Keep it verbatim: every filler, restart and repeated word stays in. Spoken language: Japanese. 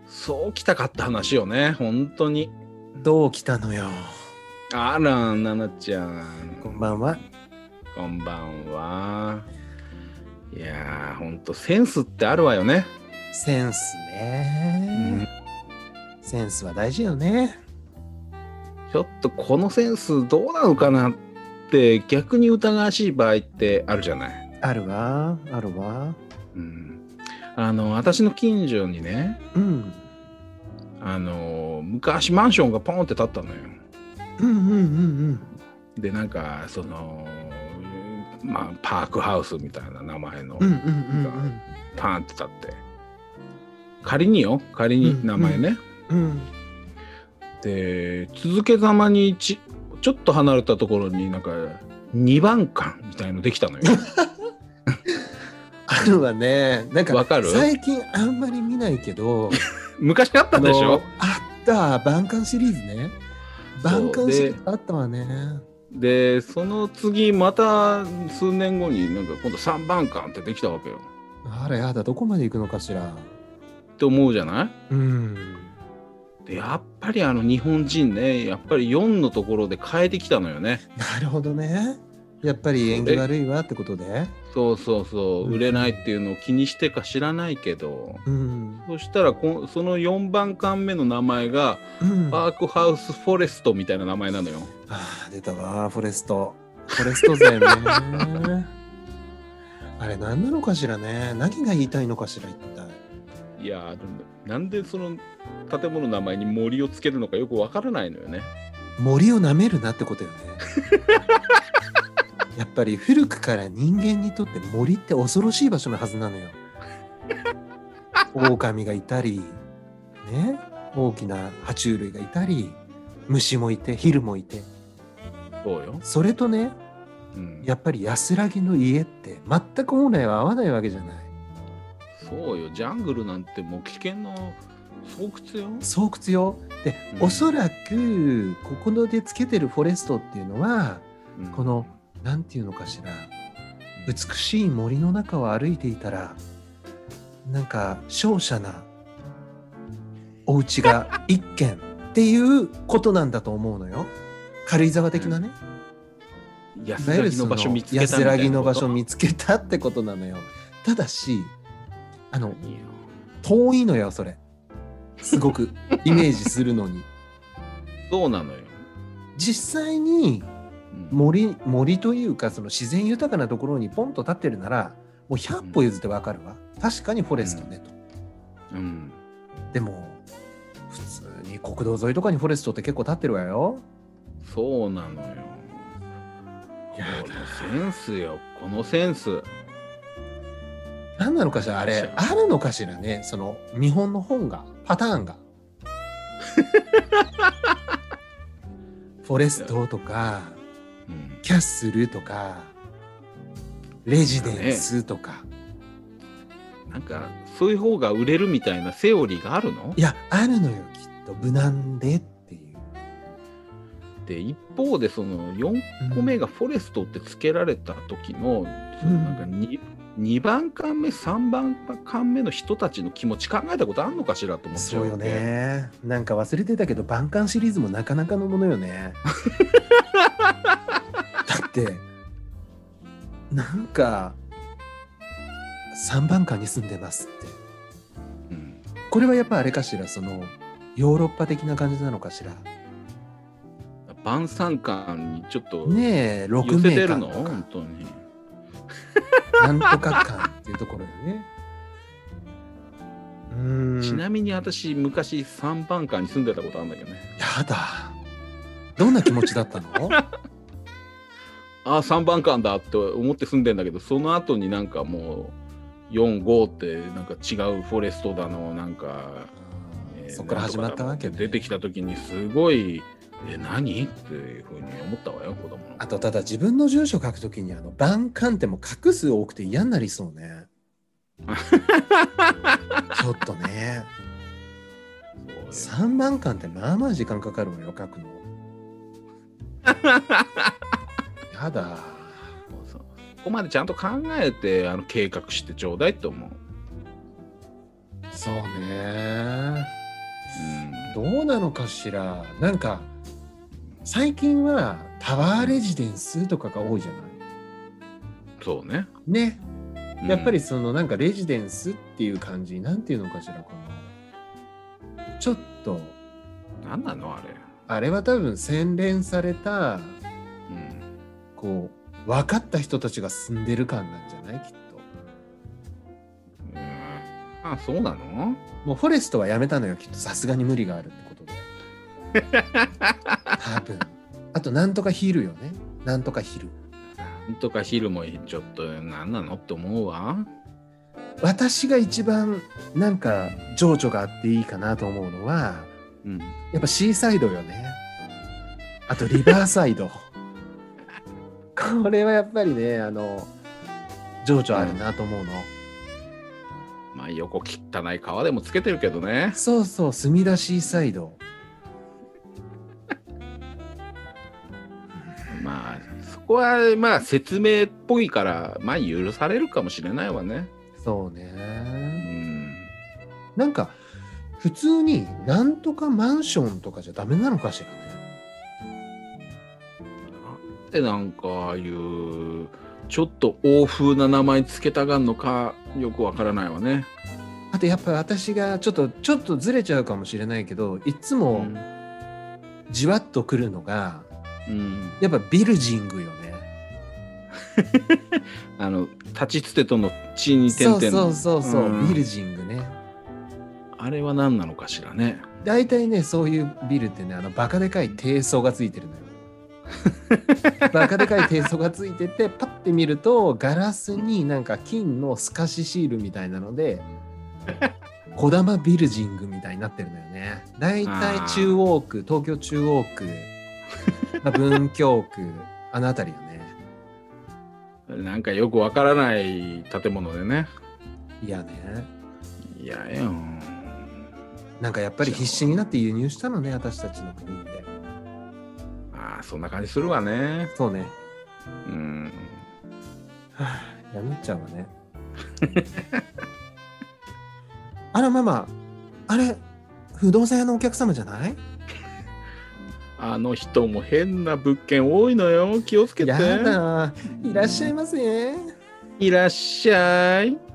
そうきたかった話よね、本当に。 どう来たのよ。 あら、ななちゃん。 こんばんは。 こんばんは。いやー、ほんとセンスってあるわよね。 センスね、うん、センスは大事よね。 ちょっとこのセンスどうなのかなって逆に疑わしい場合ってあるじゃない。 あるわ、あるわ。 うん。あの、私の近所にね、 うん。 あの、昔マンションがポンって建ったのよ。 うんうんうんうん。 で、なんか、その、まあ、パークハウスみたいな名前の、 うんうんうんうん、 パーンって立って。仮によ、仮に名前ね。 うんうんうん、 で、続けざまにち、ちょっと離れたところになんか、にばんかんみたいのできたのよ。 あるわね。なんか、 わかる？ 最近あんまり見ないけど、 昔あったでしょ？ あった、バンカンシリーズね。バンカンシリーズあったわね。 で、その次また数年後になんか今度さんばんかんってできたわけよ。 あらやだ、どこまで行くのかしらって思うじゃない？うん。で、やっぱりあの日本人ね、やっぱりよんのところで変えてきたのよね。 なるほどね。やっぱり縁起悪いわってことで。 そうそうそう、売れないっていうのを気にしてか知らないけど、うん、そしたらこそのよんばんかんめの名前が、うん、パークハウスフォレストみたいな名前なのよ。 ああ、出たわ、フォレスト。フォレスト勢ね。あれ何なのかしらね。何が言いたいのかしら一体。 いやー、なんでその建物の名前に森をつけるのかよくわからないのよね。 森を舐めるなってことよね。やっぱり古くから人間にとって森って恐ろしい場所のはずなのよ。狼がいたり、ね、大きな爬虫類がいたり、虫もいて、昼もいて。 そうよ。 それとね、うん、やっぱり安らぎの家って全く本来は合わないわけじゃない。 そうよ、ジャングルなんてもう危険の巣窟よ。 巣窟よ。で、うん、おそらくここのでつけてるフォレストっていうのは、うん、このなんていうのかしら、美しい森の中を歩いていたら、なんか瀟洒なお家が一軒っていうことなんだと思うのよ。軽井沢的なね。 うん、安らぎの場所見つけたみたいなこと。 安らぎの場所見つけたってことなのよ。ただし、あの遠いのよそれ。すごくイメージするのに。 そうなのよ。 実際に森、森というかその自然豊かなところにポンと立ってるならもうひゃっぽ譲ってわかるわ、うん、確かにフォレストねと、うんうん、でも普通に国道沿いとかにフォレストって結構立ってるわよ。 そうなのよ。このセンスよ、このセンス何なのかしら。あれあるのかしらね、その見本の本がパターンがフォレストとかうん、キャッスルとかレジデンスとか、ね、 なんかそういう方が売れるみたいなセオリーがあるの？ いや、あるのよきっと、無難でっていう。 で一方でそのよんこめがフォレストってつけられた時の、うん、そのなんか 2, にばんかんめさんばんかんめの人たちの気持ち考えたことあるのかしらと思っちゃう。 そうよね。なんか忘れてたけどバンカンシリーズもなかなかのものよね。だってなんかさんばんかんに住んでますって、うん、これはやっぱあれかしら、そのヨーロッパ的な感じなのかしら。 晩餐館にちょっとねえろくめいかんとか本当になんとか館っていうところよね。 うーん、ちなみに私昔さんばんかんに住んでたことあるんだけどね。 やだ、どんな気持ちだったの？ ああさんばんかんだって思って住んでんだけど、その後になんかもうよん、ごってなんか違うフォレストだのなんか、 えー、そっから始まったわけね。 出てきた時にすごいえ何っていうふうに思ったわよ、子供の。 あとただ自分の住所書くときにあの番漢っても画数多くて嫌になりそうね。ちょっとね。さんばんかんってまあまあ時間かかるわよ、書くの。やだ。 そこまでちゃんと考えてあの計画してちょうだいと思う。 そうね。 どうなのかしら。なんか最近はタワーレジデンスとかが多いじゃない。 そうね。 ね。やっぱりそのなんかレジデンスっていう感じ、なんていうのかしら、このちょっと何なのあれ。 あれは多分洗練された、うん、こう分かった人たちが住んでる感なんじゃないきっと。 うん、あ、そうなの？ もうフォレストはやめたのよきっと、さすがに無理があるってことで。多分。あとなんとかヒルよね。なんとかヒル。 なんとかヒルもちょっと何なのって思うわ。 私が一番なんか情緒があっていいかなと思うのは、うん、やっぱシーサイドよね。あとリバーサイド。これはやっぱりね、あの情緒あるなと思うの。 うん、まあ横汚い川でもつけてるけどね。 そうそう、墨田シーサイド。 まあそこはまあ説明っぽいからまあ許されるかもしれないわね。 そうね。うん。なんか普通になんとかマンションとかじゃダメなのかしらね。 でなんかああいうちょっと欧風な名前つけたがんのかよくわからないわね。 あとやっぱ私がちょっとちょっとずれちゃうかもしれないけど、いつもじわっとくるのが、うん、やっぱビルジングよね。 あの立ちつてとの地に点々 そうそうそうそう、うん、ビルジングね。 あれは何なのかしらね。 大体ねそういうビルってね、あのバカでかい低層がついてるのよ。バカでかい低層がついてて、パッて見るとガラスになんか金の透かしシールみたいなので小玉ビルジングみたいになってるのよね。大体中央区、東京中央区、文京区、あの辺りよね。 なんかよくわからない建物でね。 いやね。 いやよ。 なんかやっぱり必死になって輸入したのね、私たちの国って。 ああ、そんな感じするわね。 そうね。 うん。 はあ、やめちゃうわね。あらママ、あれ不動産屋のお客様じゃない？ あの人も変な物件多いのよ。気をつけて。 やだ。いらっしゃいませ。 いらっしゃい。